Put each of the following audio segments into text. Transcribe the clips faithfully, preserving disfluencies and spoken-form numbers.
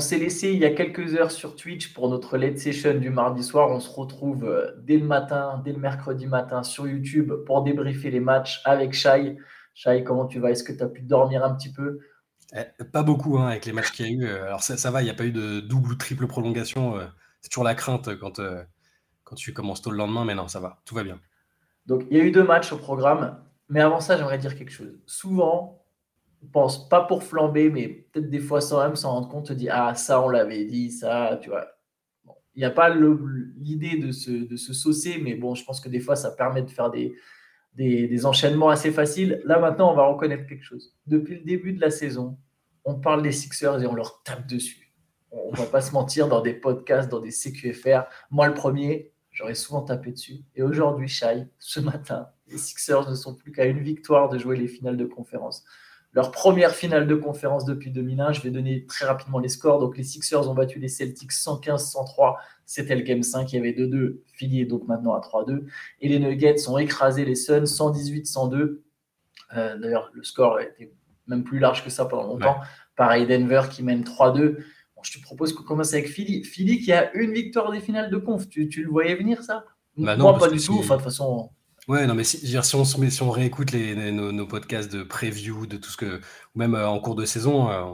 s'est laissé il y a quelques heures sur Twitch pour notre late session du mardi soir. On se retrouve euh, dès le matin, dès le mercredi matin sur YouTube pour débriefer les matchs avec Shai. Shai, comment tu vas? Est-ce que tu as pu dormir un petit peu? Eh, pas beaucoup hein, avec les matchs qu'il y a eu. euh, Alors ça, ça va, il n'y a pas eu de double ou triple prolongation. euh, C'est toujours la crainte quand, euh, quand tu commences tôt le lendemain, mais non, ça va, tout va bien. Donc, il y a eu deux matchs au programme. Mais avant ça, j'aimerais dire quelque chose. Souvent, on pense pas pour flamber, mais peut-être des fois sans même s'en rendre compte, on te dit ah ça on l'avait dit, ça, tu vois. Bon, il n'y a pas le- l'idée de se, de se saucer, mais bon, je pense que des fois ça permet de faire des, des, des enchaînements assez faciles. Là maintenant, on va reconnaître quelque chose. Depuis le début de la saison, on parle des Sixers et on leur tape dessus. On va pas se mentir, dans des podcasts, dans des C Q F R. Moi le premier, j'aurais souvent tapé dessus. Et aujourd'hui, Shai, ce matin, les Sixers ne sont plus qu'à une victoire de jouer les finales de conférence. Leur première finale de conférence depuis deux mille un. Je vais donner très rapidement les scores. Donc, les Sixers ont battu les Celtics cent quinze à cent trois. C'était le game cinq. Il y avait deux deux. Philly est donc maintenant à trois deux. Et les Nuggets ont écrasé les Suns cent dix-huit à cent deux. Euh, d'ailleurs, le score était même plus large que ça pendant longtemps. Ouais. Pareil, Denver qui mène trois deux. Bon, je te propose qu'on commence avec Philly. Philly qui a une victoire des finales de conf. Tu, tu le voyais venir, ça? Bah non, Moi, parce pas que du tout. Enfin, de si. toute façon, Ouais, non, mais si, je veux dire, si on, se met- si on réécoute les, les- nos, nos podcasts de preview, de tout ce que. Ou même euh, en cours de saison, euh,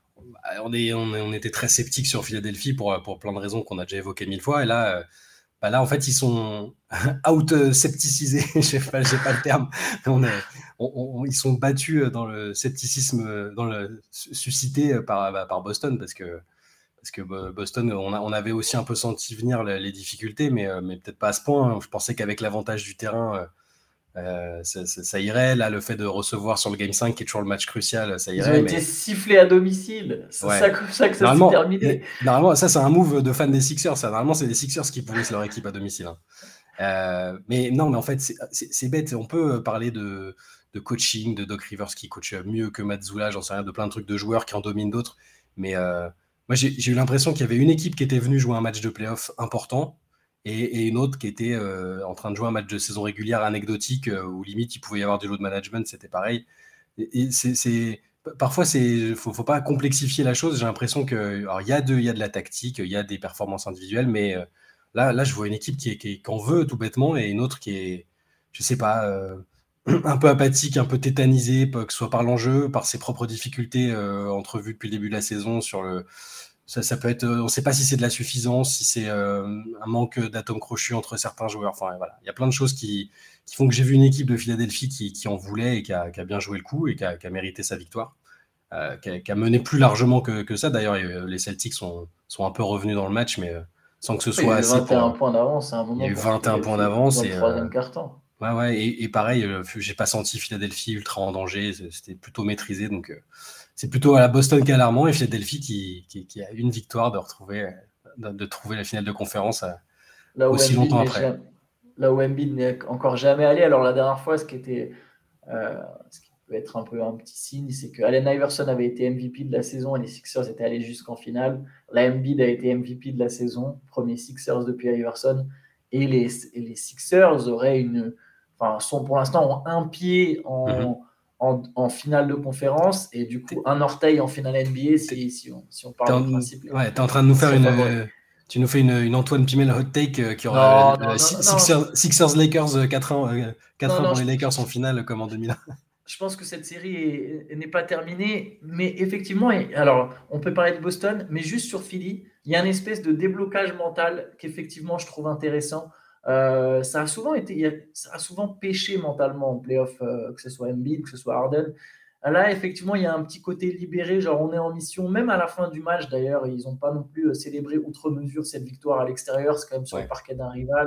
on, est, on, est- on était très sceptiques sur Philadelphie pour, pour plein de raisons qu'on a déjà évoquées mille fois. Et là, euh, bah là, en fait, ils sont out-scepticisés, je sais pas, j'ai pas le terme. On est, on- on- ils sont battus dans le scepticisme dans le, suscité par, bah, par Boston parce que, parce que Bo- Boston, on, a- on avait aussi un peu senti venir les, les difficultés, mais, euh, mais peut-être pas à ce point. Je pensais qu'avec l'avantage du terrain, euh, euh, ça, ça- ça irait. Là, le fait de recevoir sur le Game cinq, qui est toujours le match crucial, ça ils ont irait. été Mais sifflés à domicile. C'est ça ouais, comme ça que ça s'est normalement, terminé. et, normalement ça, c'est un move de fan des Sixers. Ça. Normalement, c'est les Sixers qui pourrissent leur équipe à domicile, hein. Euh, mais non, mais en fait, c'est- c'est c'est bête. On peut parler de, de coaching, de Doc Rivers qui coach mieux que Mazzula, j'en sais rien, de plein de trucs, de joueurs qui en dominent d'autres. Mais euh, moi, j'ai j'ai eu l'impression qu'il y avait une équipe qui était venue jouer un match de playoff important et, et une autre qui était euh, en train de jouer un match de saison régulière anecdotique euh, où limite il pouvait y avoir du load management, c'était pareil. Et, et c'est, c'est- parfois, c'est faut, faut pas complexifier la chose. J'ai l'impression que alors il y a de, il y a de la tactique, il y a des performances individuelles, mais euh, là, là, je vois une équipe qui, est, qui, est- qui en veut tout bêtement et une autre qui est, je sais pas, euh, un peu apathique, un peu tétanisée, que ce soit par l'enjeu, par ses propres difficultés euh, entrevues depuis le début de la saison sur le. Ça, ça peut être, on ne sait pas si c'est de la suffisance, si c'est euh, un manque d'atomes crochus entre certains joueurs. Enfin, voilà, il y a plein de choses qui, qui font que j'ai vu une équipe de Philadelphie qui, qui en voulait et qui a, qui a bien joué le coup et qui a, qui a mérité sa victoire, euh, qui, a, qui a mené plus largement que, que ça. D'ailleurs, les Celtics sont, sont un peu revenus dans le match, mais euh, sans que ce Il y a soit eu assez vingt et un pour. points d'avance à un Il y a moment eu contre vingt et un points Philadelphie d'avance dans le et euh, troisième quart-temps. ouais, ouais, et, et pareil, euh, j'ai pas senti Philadelphie ultra en danger, c'était plutôt maîtrisé, donc euh, c'est plutôt à la Boston qu'alarmant et Philadelphie qui, qui, qui a une victoire de retrouver, euh, de, de trouver la finale de conférence euh, Là où aussi Embiid longtemps n'est après. jamais, là où Embiid n'est encore jamais allé. Alors la dernière fois, ce qui était, euh, ce qui peut être un peu un petit signe, c'est que Allen Iverson avait été M V P de la saison et les Sixers étaient allés jusqu'en finale. Là, Embiid a été M V P de la saison, premier Sixers depuis Iverson, et les, et les Sixers auraient une, enfin, sont pour l'instant ont un pied Mhm. en, en, en finale de conférence et du coup T'es, un orteil en finale N B A t'es- si, si, on, si on t'es part en, du principe ouais, t'es en train de nous qu'ils faire seraient une. favoris. euh, Tu nous fais une, une Antoine Pimel hot take euh, qui aura euh, Non, non, euh, non, Si- non, Sixers, Sixers Lakers euh, quatre un euh, non, quatre un non, pour je, les Lakers en je, finale comme en deux mille un. je pense que cette série est- est- n'est pas terminée, mais effectivement, et- alors on peut parler de Boston, mais juste sur Philly, il y a une espèce de déblocage mental qu'effectivement je trouve intéressant. Euh, ça a souvent été, il y a- ça a souvent pêché mentalement en playoff, euh, que ce soit Embiid, que ce soit Harden. Là, effectivement, il y a un petit côté libéré, genre on est en mission, même à la fin du match d'ailleurs, ils n'ont pas non plus euh, célébré outre mesure cette victoire à l'extérieur, c'est quand même sur le Ouais. parquet d'un rival.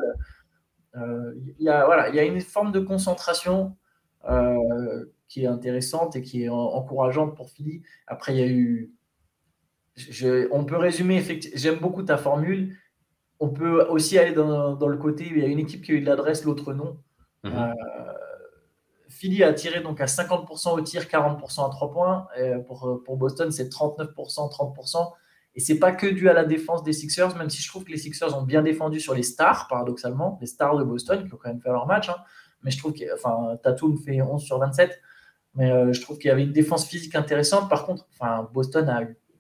Euh, il y a, voilà, il y a une forme de concentration euh, qui est intéressante et qui est en- encourageante pour Philly. Après, il y a eu. Je- on peut résumer, effectivement, j'aime beaucoup ta formule. On peut aussi aller dans, dans le côté où il y a une équipe qui a eu de l'adresse, l'autre non. Euh, Mhm. Philly a tiré donc à cinquante pour cent au tir, quarante pour cent à trois points. Euh, pour, pour Boston, c'est trente-neuf pour cent, trente pour cent. Et c'est pas que dû à la défense des Sixers, même si je trouve que les Sixers ont bien défendu sur les stars, paradoxalement, les stars de Boston, qui ont quand même fait leur match. Hein. Mais je trouve que, enfin, Tatum fait onze sur vingt-sept. Mais euh, je trouve qu'il y avait une défense physique intéressante. Par contre, enfin, Boston a eu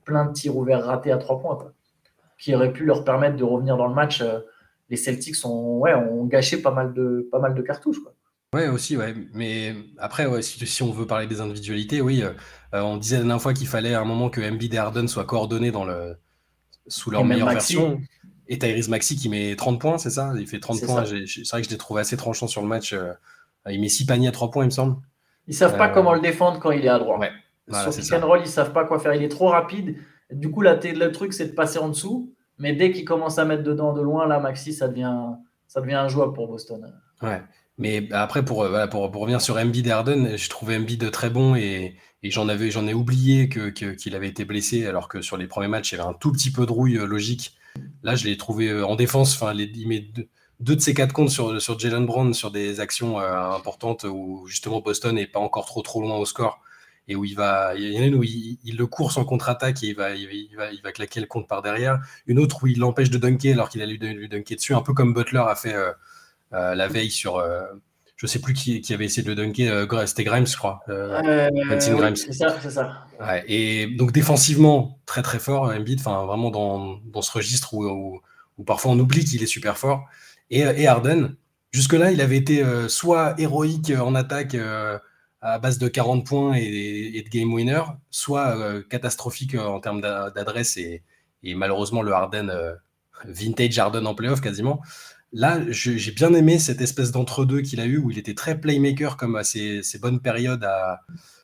plein de tirs ouverts ratés à trois points, quoi, qui auraient pu leur permettre de revenir dans le match. Euh, les Celtics ont, ouais, ont gâché pas mal de, pas mal de cartouches, quoi. Ouais, aussi, ouais. Mais après, ouais, si, si on veut parler des individualités, oui, euh, euh, on disait la dernière fois qu'il fallait à un moment que Embiid et Harden soient coordonnés dans le, sous Et leur même meilleure Maxi, version. Et Tyrese Maxey qui met trente points, c'est ça? Il fait trente c'est points. ça. j'ai- j'ai- C'est vrai que je l'ai trouvé assez tranchant sur le match. euh, Il met six paniers à trois points, il me semble. Ils savent pas Euh, comment le défendre quand il est à ouais, droit. voilà, Sur c'est pick and ça. roll, ils savent pas quoi faire. Il est trop rapide. Du coup, là, le truc, c'est de passer en dessous. Mais dès qu'il commence à mettre dedans de loin, là, Maxi, ça devient, ça devient injouable pour Boston. Ouais. Mais après, pour, euh, voilà, pour, pour revenir sur Embiid et Harden, je trouvais Embiid très bon et, et j'en avais, j'en ai oublié que, que- qu'il avait été blessé, alors que sur les premiers matchs, il y avait un tout petit peu de rouille euh, logique. Là, je l'ai trouvé euh, en défense. Enfin, les- il met deux, deux de ses quatre comptes sur, sur Jalen Brown sur des actions euh, importantes où justement Boston n'est pas encore trop trop loin au score et où il va, il y en a une où il, il le court en contre-attaque et il va, il, va, il, va, il va claquer le compte par derrière. Une autre où il l'empêche de dunker alors qu'il allait lui, lui dunker dessus, un peu comme Butler a fait. Euh, euh, la veille sur. Euh, je sais plus qui, qui avait essayé de le dunker, euh, c'était Grimes, je crois. Euh, Quentin Euh, Grimes. oui, c'est ça, c'est ça. Ouais, et donc défensivement, très très fort, Embiid, enfin vraiment dans, dans ce registre où, où, où parfois on oublie qu'il est super fort. Et, et Harden, jusque-là, il avait été euh, soit héroïque en attaque euh, à base de quarante points et, et de game winner, soit euh, catastrophique en termes d'adresse et, et malheureusement le Harden, euh, vintage Harden en playoff quasiment. Là, je- j'ai bien aimé cette espèce d'entre-deux qu'il a eu où il était très playmaker comme à ses, ses bonnes périodes à,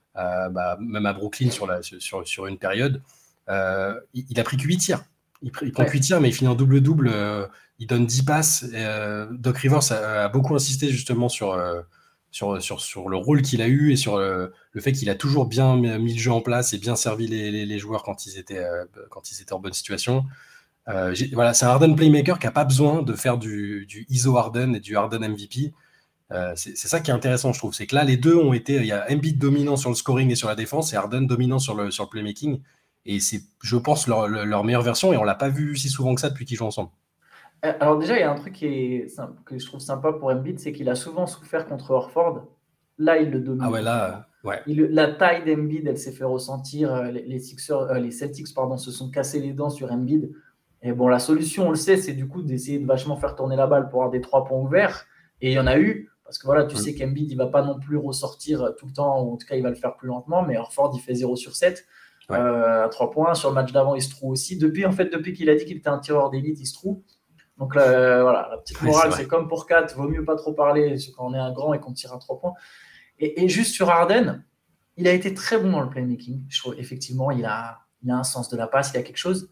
à, bah, même à Brooklyn sur, la, sur, sur une période. Euh, il, il a pris que huit tirs. Il, il prend que huit Ouais. tirs, mais il finit en double-double. Euh, il donne dix passes. Euh, Doc Rivers a, a, beaucoup insisté justement sur, euh, sur, sur, sur le rôle qu'il a eu et sur euh, le fait qu'il a toujours bien mis le jeu en place et bien servi les, les, les joueurs quand ils, étaient, euh, quand ils étaient en bonne situation. Euh, voilà, c'est un Harden playmaker qui n'a pas besoin de faire du, du I S O Harden et du Harden M V P. Euh, c'est c'est ça qui est intéressant, je trouve. C'est que là, les deux ont été. Il y a Embiid dominant sur le scoring et sur la défense et Harden dominant sur le, sur le playmaking. Et c'est, je pense, leur, leur, leur meilleure version. Et on l'a pas vu si souvent que ça depuis qu'ils jouent ensemble. Euh, Alors déjà, il y a un truc qui est, que je trouve sympa pour Embiid, c'est qu'il a souvent souffert contre Horford. Là, il le Ah domine ouais, totalement. là, ouais. Il, la taille d'Embiid, elle s'est fait ressentir. Les, les, Sixers, euh, les Celtics pardon, se sont cassés les dents sur Embiid. Et bon, la solution, on le sait, c'est du coup d'essayer de vachement faire tourner la balle pour avoir des trois points ouverts. Et il y en a eu, parce que voilà, tu Mm. sais qu'Embiid, il ne va pas non plus ressortir tout le temps, ou en tout cas, il va le faire plus lentement. Mais Horford, il fait zéro sur sept Ouais. euh, à trois points. Sur le match d'avant, il se trouve aussi. Depuis, en fait, depuis qu'il a dit qu'il était un tireur d'élite, il se trouve. Donc là, voilà, la petite Ouais, c'est morale, vrai. c'est comme pour Kat, vaut mieux pas trop parler quand on est un grand et qu'on tire à trois points. Et, et juste sur Harden, il a été très bon dans le playmaking. Je trouve effectivement, il a, il a un sens de la passe, il a quelque chose.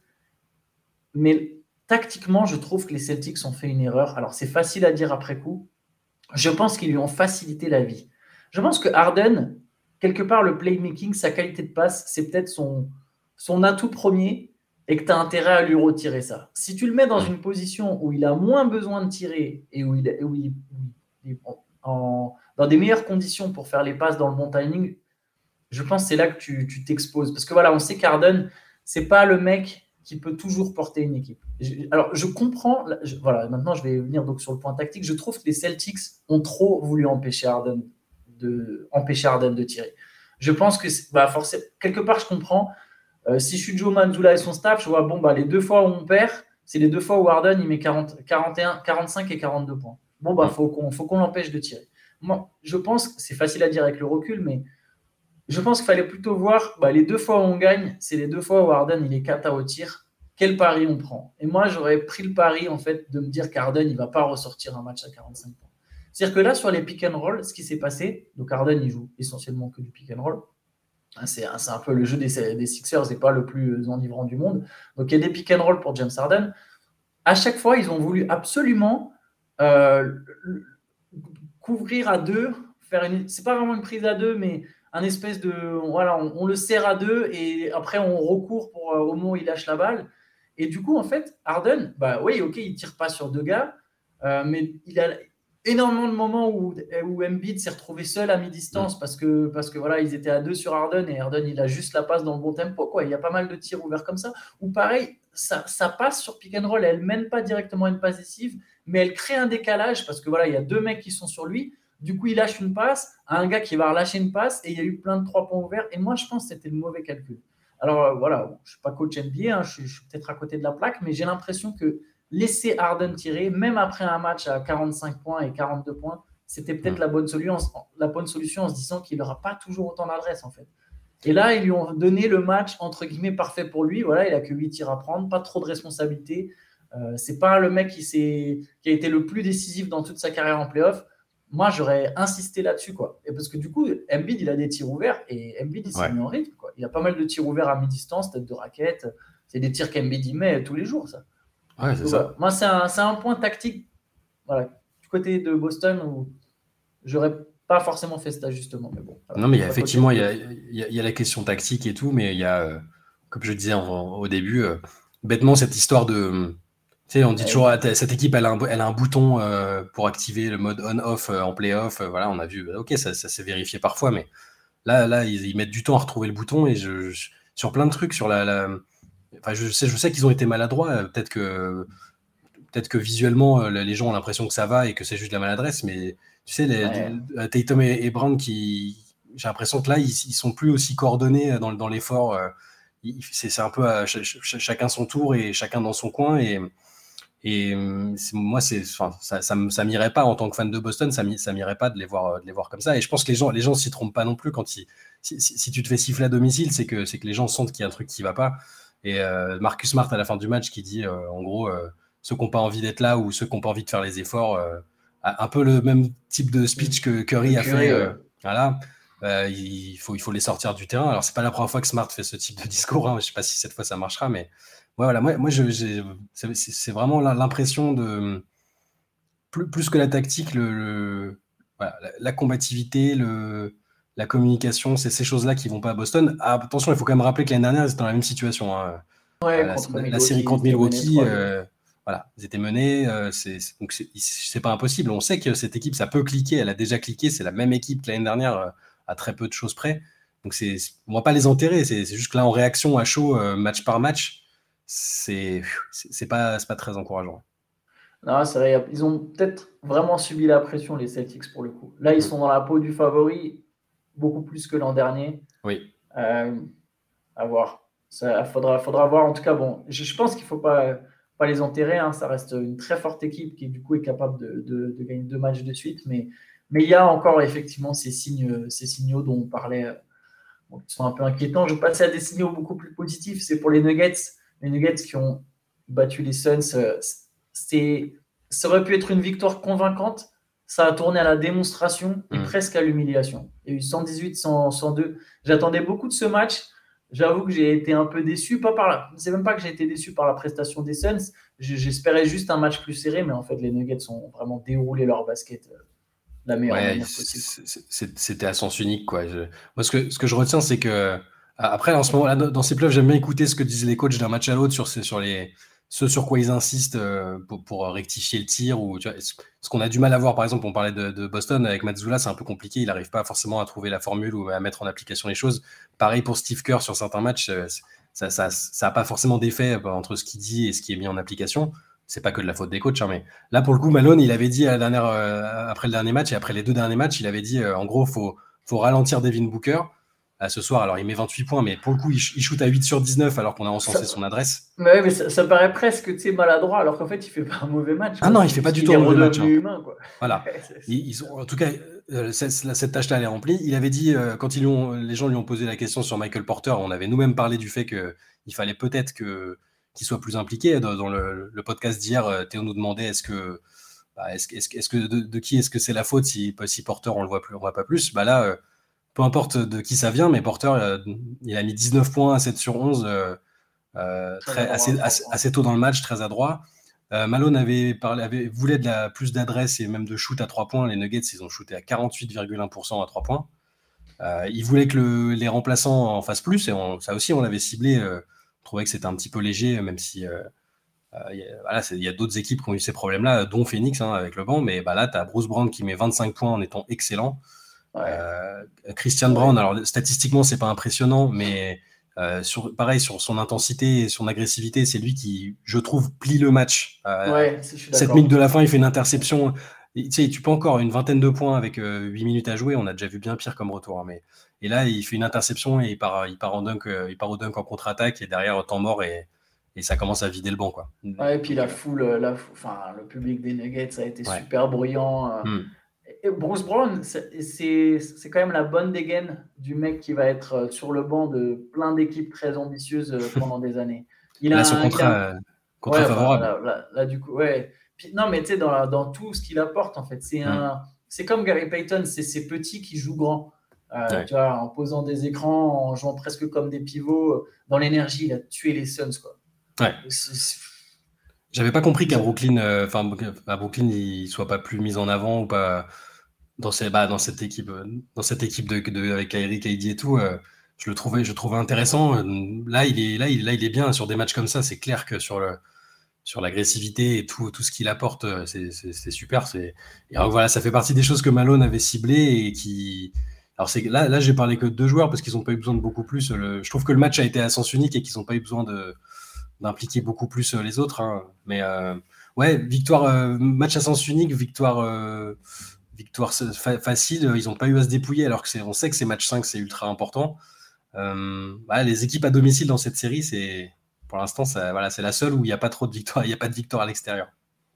Mais tactiquement, je trouve que les Celtics ont fait une erreur. Alors c'est facile à dire après coup. Je pense qu'ils lui ont facilité la vie. Je pense que Harden, quelque part, le playmaking, sa qualité de passe, c'est peut-être son, son atout premier et que tu as intérêt à lui retirer ça. Si tu le mets dans Mm. une position où il a moins besoin de tirer et où il, où il, où il est en, dans des meilleures conditions pour faire les passes dans le bon timing, je pense que c'est là que tu, tu t'exposes. Parce que voilà, on sait qu'Harden, c'est pas le mec qui peut toujours porter une équipe. Alors, je comprends. Je, voilà, maintenant, je vais venir donc sur le point tactique. Je trouve que les Celtics ont trop voulu empêcher Harden de, empêcher Harden de tirer. Je pense que, bah, forcément, quelque part, je comprends. Euh, si je suis Joe Manzula et son staff, je vois, bon, bah, les deux fois où on perd, c'est les deux fois où Harden, il met quarante, quarante et un, quarante-cinq et quarante-deux points. Bon, bah, Mm. faut qu'on, faut qu'on l'empêche de tirer. Moi, je pense que c'est facile à dire avec le recul, mais je pense qu'il fallait plutôt voir bah, les deux fois où on gagne, c'est les deux fois où Harden il est cata au tir. Quel pari on prend? Et moi, j'aurais pris le pari en fait de me dire qu'Harden il va pas ressortir un match à quarante-cinq points. C'est-à-dire que là, sur les pick and roll, ce qui s'est passé, donc Harden il joue essentiellement que du pick and roll. C'est un, c'est un peu le jeu des, des Sixers, c'est pas le plus enivrant du monde. Donc il y a des pick and roll pour James Harden. À chaque fois, ils ont voulu absolument euh, couvrir à deux, faire une. C'est pas vraiment une prise à deux, mais un espèce de. Voilà, on, on le serre à deux et après on recourt pour, euh, au moment où il lâche la balle. Et du coup, en fait, Harden, bah oui, ok, il tire pas sur deux gars, euh, mais il a énormément de moments où, où Embiid s'est retrouvé seul à mi-distance Mm. parce que, parce que voilà, ils étaient à deux sur Harden et Harden, il a juste la passe dans le bon tempo. Quoi. Il y a pas mal de tirs ouverts comme ça. Ou pareil, ça, ça passe sur pick and roll, elle mène pas directement une passe décisive, mais elle crée un décalage parce que voilà, il y a deux mecs qui sont sur lui. Du coup, il lâche une passe à un gars qui va relâcher une passe et il y a eu plein de trois points ouverts. Et moi, je pense que c'était le mauvais calcul. Alors euh, voilà, je ne suis pas coach N B A, hein, je, je, suis peut-être à côté de la plaque, mais j'ai l'impression que laisser Harden tirer, même après un match à quarante-cinq points et quarante-deux points, c'était peut-être mmh. la, bonne solution, la bonne solution en se disant qu'il n'aura pas toujours autant d'adresse en fait. Et là, ils lui ont donné le match entre guillemets parfait pour lui. Voilà, il n'a que huit tirs à prendre, pas trop de responsabilités. Euh, c'est pas le mec qui, qui a été le plus décisif dans toute sa carrière en playoff. Moi, j'aurais insisté là-dessus, quoi. Et parce que du coup, Embiid, il a des tirs ouverts et Embiid, il s'est ouais. mis en rythme, quoi. Il a pas mal de tirs ouverts à mi-distance, tête de raquette. C'est des tirs qu'Embiid y met tous les jours, ça. Ouais, c'est Donc, ça. Voilà. Moi, c'est un, c'est un point tactique, voilà, du côté de Boston où j'aurais pas forcément fait cet ajustement. Mais bon, voilà, non, mais il y a, effectivement, il y a, il, y a, il y a la question tactique et tout, mais il y a, euh, comme je disais en, au début, euh, bêtement, cette histoire de... Tu sais, on dit ouais, toujours, ouais. cette équipe, elle a un, elle a un bouton euh, pour activer le mode on-off euh, en play-off. Euh, voilà, on a vu, ok, ça, ça s'est vérifié parfois, mais là, là ils, ils mettent du temps à retrouver le bouton et je, je, sur plein de trucs, sur la... la... Enfin, je sais, je sais qu'ils ont été maladroits, peut-être que... Peut-être que visuellement, les gens ont l'impression que ça va et que c'est juste de la maladresse, mais tu sais, les, ouais. les, Tatum et, et Brown, qui, j'ai l'impression que là, ils, ils sont plus aussi coordonnés dans, dans l'effort. Ils, c'est, c'est un peu à ch- ch- chacun son tour et chacun dans son coin. Et, et c'est, moi, c'est, enfin, ça, ça, ça m'irait pas en tant que fan de Boston, ça, ça m'irait pas de les voir, de les voir comme ça. Et je pense que les gens, les gens s'y trompent pas non plus quand ils, si, si, si tu te fais siffler à domicile, c'est que, c'est que les gens sentent qu'il y a un truc qui va pas. Et euh, Marcus Smart à la fin du match qui dit, euh, en gros. Euh, ceux qui n'ont pas envie d'être là ou ceux qui n'ont pas envie de faire les efforts. Euh, un peu le même type de speech que Curry le a Curry, fait. Euh, ouais. Voilà. Euh, il, faut, il faut les sortir du terrain. Alors, ce n'est pas la première fois que Smart fait ce type de discours. Hein. Je ne sais pas si cette fois ça marchera, mais ouais, voilà, moi, moi je, j'ai, c'est, c'est vraiment l'impression de, plus, plus que la tactique, le, le, voilà, la, la combativité, le, la communication, c'est ces choses-là qui ne vont pas à Boston. Ah, attention, il faut quand même rappeler que l'année dernière, ils étaient dans la même situation. Hein. Ouais, euh, la, la, la série contre Milwaukee. Euh, Voilà, ils étaient menés, euh, c'est, c'est, donc c'est, c'est pas impossible. On sait que cette équipe, ça peut cliquer, elle a déjà cliqué, c'est la même équipe que l'année dernière, euh, à très peu de choses près. Donc c'est, on va pas les enterrer, c'est, c'est juste que là, en réaction à chaud, euh, match par match, c'est, c'est, c'est, pas, c'est pas très encourageant. Non, c'est vrai, ils ont peut-être vraiment subi la pression, les Celtics, pour le coup. Là, ils mmh. sont dans la peau du favori, beaucoup plus que l'an dernier. Oui. Euh, à voir. Il faudra, faudra voir. En tout cas, bon, je, je pense qu'il ne faut pas... pas les enterrer, hein. Ça reste une très forte équipe qui du coup est capable de, de, de gagner deux matchs de suite, mais, mais il y a encore effectivement ces, signes, ces signaux dont on parlait, bon, qui sont un peu inquiétants. Je vais passer à des signaux beaucoup plus positifs, c'est pour les Nuggets, les Nuggets qui ont battu les Suns. C'est, ça aurait pu être une victoire convaincante, ça a tourné à la démonstration et mmh. presque à l'humiliation. Il y a eu cent dix-huit à cent deux. J'attendais beaucoup de ce match. J'avoue que j'ai été un peu déçu, pas par la... c'est même pas que j'ai été déçu par la prestation des Suns, j'espérais juste un match plus serré, mais en fait les Nuggets ont vraiment déroulé leur basket de la meilleure ouais, manière possible. C'était à sens unique, quoi. Je... Moi, ce que, ce que je retiens, c'est que après, en ce moment, là, dans ces playoffs, j'aime bien écouter ce que disent les coachs d'un match à l'autre sur, sur les... ce sur quoi ils insistent pour, pour rectifier le tir. Ou, tu vois, ce qu'on a du mal à voir, par exemple, on parlait de, de Boston avec Mazzulla, c'est un peu compliqué, il n'arrive pas forcément à trouver la formule ou à mettre en application les choses. Pareil pour Steve Kerr sur certains matchs, ça n'a ça, ça pas forcément d'effet entre ce qu'il dit et ce qui est mis en application. C'est pas que de la faute des coachs, hein, mais là, pour le coup, Malone, il avait dit à la dernière, euh, après le dernier match et après les deux derniers matchs, il avait dit, euh, en gros, faut, faut ralentir Devin Booker. À ce soir, alors il met vingt-huit points, mais pour le coup, il, il shoot à huit sur dix-neuf alors qu'on a encensé son adresse. Mais, mais ça, ça paraît presque maladroit, alors qu'en fait, il fait pas un mauvais match. Ah non, il fait pas du tout un mauvais match. Hein. Humain, quoi. Voilà. Ils, ils ont, en tout cas, euh, cette, cette tâche-là, elle est remplie. Il avait dit, euh, quand ils lui ont, les gens lui ont posé la question sur Michael Porter, on avait nous-mêmes parlé du fait qu'il fallait peut-être que, qu'il soit plus impliqué. Dans, dans le, le podcast d'hier, Théo nous demandait est-ce que, bah, est-ce, est-ce, est-ce que de, de qui est-ce que c'est la faute si, si Porter, on le voit plus, on voit pas plus. Bah là, euh, peu importe de qui ça vient, mais Porter, euh, il a mis dix-neuf points à sept sur onze, euh, euh, très, assez, assez, assez tôt dans le match, très adroit. Euh, Malone avait parlé, avait, voulait de la, plus d'adresse et même de shoot à trois points. Les Nuggets, ils ont shooté à quarante-huit virgule un pour cent à trois points. Euh, ils voulaient que le, les remplaçants en fassent plus, et on, ça aussi, on l'avait ciblé. Euh, on trouvait que c'était un petit peu léger, même si euh, euh, y a, voilà, il y a d'autres équipes qui ont eu ces problèmes-là, dont Phoenix hein, avec le banc. Mais bah, là, tu as Bruce Brown qui met vingt-cinq points en étant excellent. Ouais. Euh, Christian ouais. Brown, alors statistiquement, c'est pas impressionnant, mais euh, sur, pareil, sur son intensité et son agressivité, c'est lui qui, je trouve, plie le match. Euh, ouais, sept minutes de la fin, il fait une interception. Et, tu sais, tu peux encore une vingtaine de points avec euh, huit minutes à jouer. On a déjà vu bien pire comme retour. Hein, mais Et là, il fait une interception et il part, il part, en dunk, euh, il part au dunk en contre-attaque et derrière, temps mort et, et ça commence à vider le banc, quoi. Ouais, et puis Donc, la euh, foule, la fou- enfin, le public des Nuggets a été ouais. super bruyant. euh. Hmm. Et Bruce Brown, c'est c'est- c'est quand même la bonne dégaine du mec qui va être euh, sur le banc de plein d'équipes très ambitieuses euh, pendant des années. Il Là, a, son un- il a contrat, un- euh, contrat Ouais, bah, favorable. là, là- là, du coup, ouais. Puis, non, mais tu sais, dans, la- dans tout ce qu'il apporte, en fait, c'est Hmm. un, c'est comme Gary Payton, c'est ces petits qui jouent grand. Euh, Ouais. tu vois, en posant des écrans, en jouant presque comme des pivots. Dans l'énergie, il a tué les Suns, quoi. Ouais. C'est- c'est- J'avais pas compris qu'à ils ont- Brooklyn, euh, enfin, à Brooklyn, il soit pas plus mis en avant ou pas dans, ces, bah, dans cette équipe, euh, dans cette équipe de, de- avec Kyrie, K D et tout. euh, je le trouvais, je le trouvais intéressant. Euh, Là, il est, là, il, là, il est bien sur des matchs comme ça. C'est clair que sur le, sur l'agressivité et tout, tout ce qu'il apporte, euh, c'est, c'est, c'est super. C'est, et donc, voilà, ça fait partie des choses que Malone avait ciblées et qui. Alors c'est là, là, j'ai parlé que de deux joueurs parce qu'ils n'ont pas eu besoin de beaucoup plus. Le, je trouve que le match a été à sens unique et qu'ils n'ont pas eu besoin de d'impliquer beaucoup plus euh, les autres. Hein. Mais euh, ouais, victoire, euh, match à sens unique, victoire, euh, victoire fa- facile. Ils n'ont pas eu à se dépouiller, alors que c'est, on sait que ces matchs cinq, c'est ultra important. Euh, ouais, les équipes à domicile dans cette série, c'est pour l'instant, ça, voilà, c'est la seule où il n'y a pas trop de victoire, il n'y a pas de victoire à l'extérieur.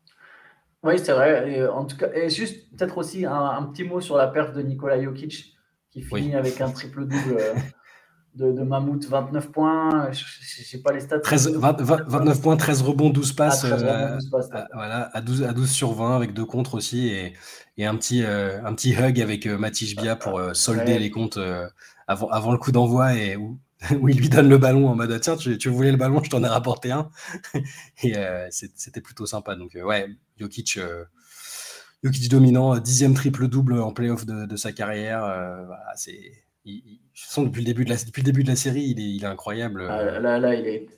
Oui, c'est vrai. Et, euh, en tout cas, et juste peut-être aussi un, un petit mot sur la perf de Nikola Jokic, qui Oui. finit avec un triple-double euh, de, de Mammouth, vingt-neuf points. Je n'ai pas les stats. treize, vingt, vingt, vingt-neuf points, treize rebonds, douze À passes, treize vraiment euh, douze passes. à, voilà, à, douze, à douze sur vingt avec deux contres aussi et, et un, petit, euh, un petit hug avec euh, Matisse Bia pour euh, solder Ouais, les comptes euh, avant, avant le coup d'envoi et où, où il lui donne le ballon en mode tiens, tu, tu voulais le ballon, je t'en ai rapporté un. Et euh, c'est, c'était plutôt sympa. Donc, euh, ouais, Jokic, euh, Jokic dominant, dixième triple-double en playoff de, de sa carrière. Euh, voilà, c'est. Il, il, je sens depuis le début de la, depuis le début de la série, il est, il est incroyable. ah, là, là, il est,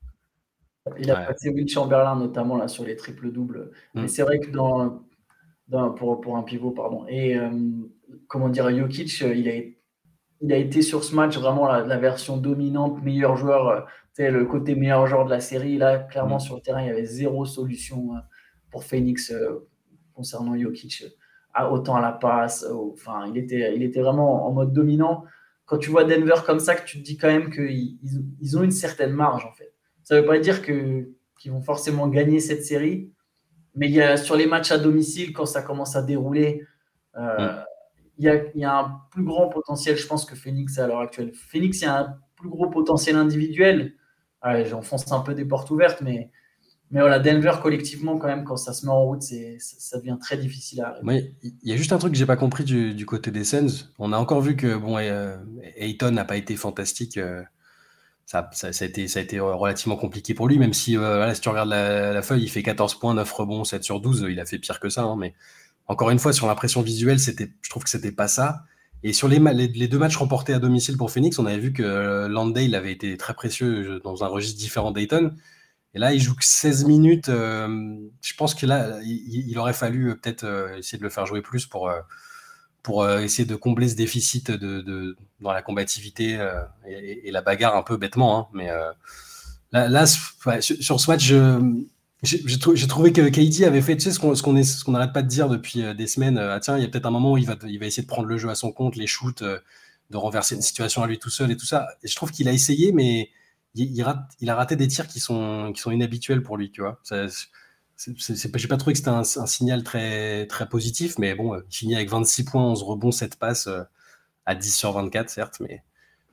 il a Ouais. passé Will Chamberlain notamment là sur les triples-doubles. Mais Mm. c'est vrai que dans, dans- pour, pour un pivot, pardon. Et euh, comment dire, Jokic, euh, il a, il a été sur ce match vraiment la, la version dominante, meilleur joueur, euh, tu sais, le côté meilleur joueur de la série. Là, clairement, Mm. sur le terrain, il y avait zéro solution euh, pour Phoenix euh, concernant Jokic. Ah, autant à la passe, euh, enfin, il était, il était vraiment en mode dominant. Quand tu vois Denver comme ça, que tu te dis quand même qu'ils ils, ils ont une certaine marge, en fait. Ça ne veut pas dire que, qu'ils vont forcément gagner cette série, mais il y a, sur les matchs à domicile, quand ça commence à dérouler, euh, Mm. il y, a, il y a un plus grand potentiel, je pense, que Phoenix à l'heure actuelle. Phoenix, il y a un plus gros potentiel individuel. Ouais, j'enfonce un peu des portes ouvertes, mais, mais voilà, Denver, collectivement, quand même, quand ça se met en route, c'est, ça, ça devient très difficile à arrêter. Oui, il y a juste un truc que j'ai pas compris du, du côté des Suns. On a encore vu que bon, euh, Ayton n'a pas été fantastique. euh, ça, ça, ça a été, ça a été relativement compliqué pour lui, même si, euh, voilà, si tu regardes la, la feuille, il fait quatorze points, neuf rebonds, sept sur douze. Il a fait pire que ça. Hein, mais encore une fois, sur l'impression visuelle, c'était, je trouve que c'était pas ça. Et sur les, les, les deux matchs remportés à domicile pour Phoenix, on avait vu que euh, Landale avait été très précieux dans un registre différent d'Ayton. Et là, il joue que seize minutes. Euh, je pense que là, il, il aurait fallu euh, peut-être euh, essayer de le faire jouer plus pour, euh, pour euh, essayer de combler ce déficit de, de, dans la combativité euh, et, et la bagarre un peu bêtement. Hein. Mais euh, là, là ouais, sur, sur ce match, je, j'ai, j'ai, trou- j'ai trouvé que K D avait fait, tu sais, ce qu'on, ce qu'on, est, ce qu'on n'arrête pas de dire depuis euh, des semaines. Euh, ah tiens, il y a peut-être un moment où il va, il va essayer de prendre le jeu à son compte, les shoots, euh, de renverser une situation à lui tout seul et tout ça. Et je trouve qu'il a essayé, mais il, il, rate, il a raté des tirs qui sont, qui sont inhabituels pour lui, tu vois. Ça, c'est, c'est, c'est, j'ai pas trouvé que c'était un, un signal très, très positif, mais bon, euh, il finit avec vingt-six points, onze rebonds, sept passes euh, à dix sur vingt-quatre, certes, mais.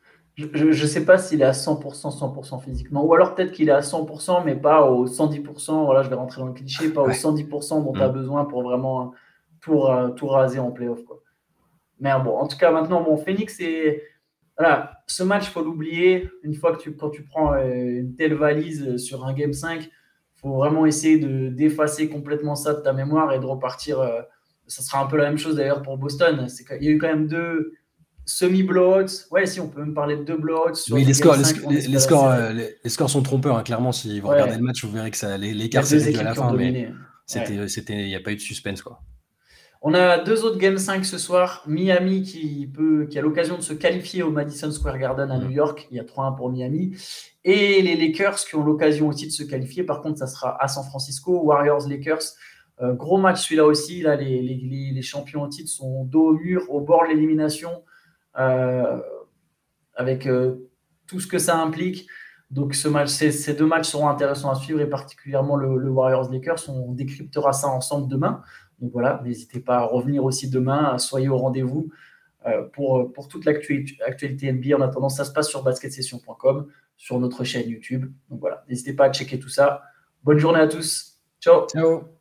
Je ne sais pas s'il est à cent pour cent, cent pour cent physiquement, ou alors peut-être qu'il est à cent pour cent, mais pas au cent dix pour cent. Voilà, je vais rentrer dans le cliché, pas au Ouais. cent dix pour cent dont tu as Mm. besoin pour vraiment tout, tout raser en playoff, quoi. Mais bon, en tout cas, maintenant, bon, Phoenix, c'est. Voilà, ce match, il faut l'oublier. Une fois que tu, quand tu prends euh, une telle valise sur un Game cinq, il faut vraiment essayer de, d'effacer complètement ça de ta mémoire et de repartir. Euh, ça sera un peu la même chose d'ailleurs pour Boston. C'est qu'il y a eu quand même deux semi-blowouts. Ouais, si, on peut même parler de deux blowouts sur Oui, des les Game scores, les, cinq sc- on les- les espère la scores, série. euh, les, les scores sont trompeurs, hein, clairement. Si vous regardez Ouais, le match, vous verrez que ça, les- il y a l'écart s'est deux réduit à équipes la qui ont fin, mais dominé. Ouais. c'était, c'était, il n'y a pas eu de suspense, quoi. On a deux autres Game cinq ce soir. Miami qui, peut, qui a l'occasion de se qualifier au Madison Square Garden à New Mm. York. Il y a trois un pour Miami. Et les Lakers qui ont l'occasion aussi de se qualifier. Par contre, ça sera à San Francisco. Warriors-Lakers. Euh, gros match celui-là aussi. Là, les, les, les champions en titre sont dos au mur, au bord de l'élimination. euh, avec euh, tout ce que ça implique. Donc ce match, ces, ces deux matchs seront intéressants à suivre, et particulièrement le, le Warriors-Lakers. On décryptera ça ensemble demain. Donc voilà, n'hésitez pas à revenir aussi demain, soyez au rendez-vous euh, pour, pour toute l'actualité N B A. En attendant, ça se passe sur basket session point com, sur notre chaîne YouTube. Donc voilà, n'hésitez pas à checker tout ça. Bonne journée à tous. Ciao. Ciao.